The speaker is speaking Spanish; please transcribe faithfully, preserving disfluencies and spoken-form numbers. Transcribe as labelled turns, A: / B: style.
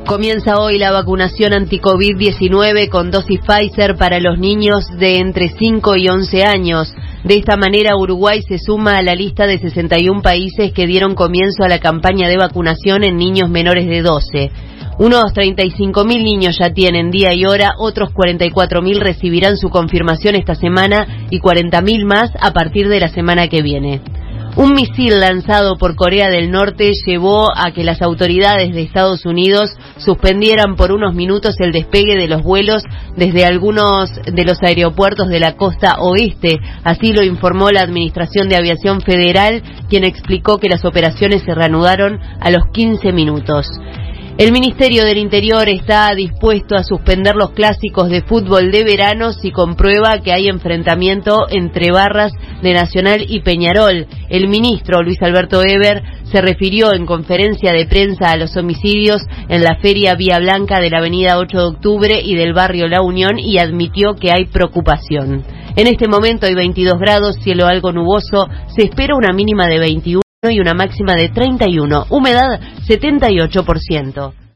A: Comienza hoy la vacunación anti-COVID diecinueve con dosis Pfizer para los niños de entre cinco y once años. De esta manera, Uruguay se suma a la lista de sesenta y un países que dieron comienzo a la campaña de vacunación en niños menores de doce. Unos treinta y cinco mil niños ya tienen día y hora, otros cuarenta y cuatro mil recibirán su confirmación esta semana y cuarenta mil más a partir de la semana que viene. Un misil lanzado por Corea del Norte llevó a que las autoridades de Estados Unidos suspendieran por unos minutos el despegue de los vuelos desde algunos de los aeropuertos de la costa oeste. Así lo informó la Administración de Aviación Federal, quien explicó que las operaciones se reanudaron a los quince minutos. El Ministerio del Interior está dispuesto a suspender los clásicos de fútbol de verano si comprueba que hay enfrentamiento entre barras de Nacional y Peñarol. El ministro Luis Alberto Heber se refirió en conferencia de prensa a los homicidios en la Feria Vía Blanca de la avenida ocho de octubre y del barrio La Unión y admitió que hay preocupación. En este momento hay veintidós grados, cielo algo nuboso, se espera una mínima de veintiuno y una máxima de treinta y uno, humedad setenta y ocho por ciento.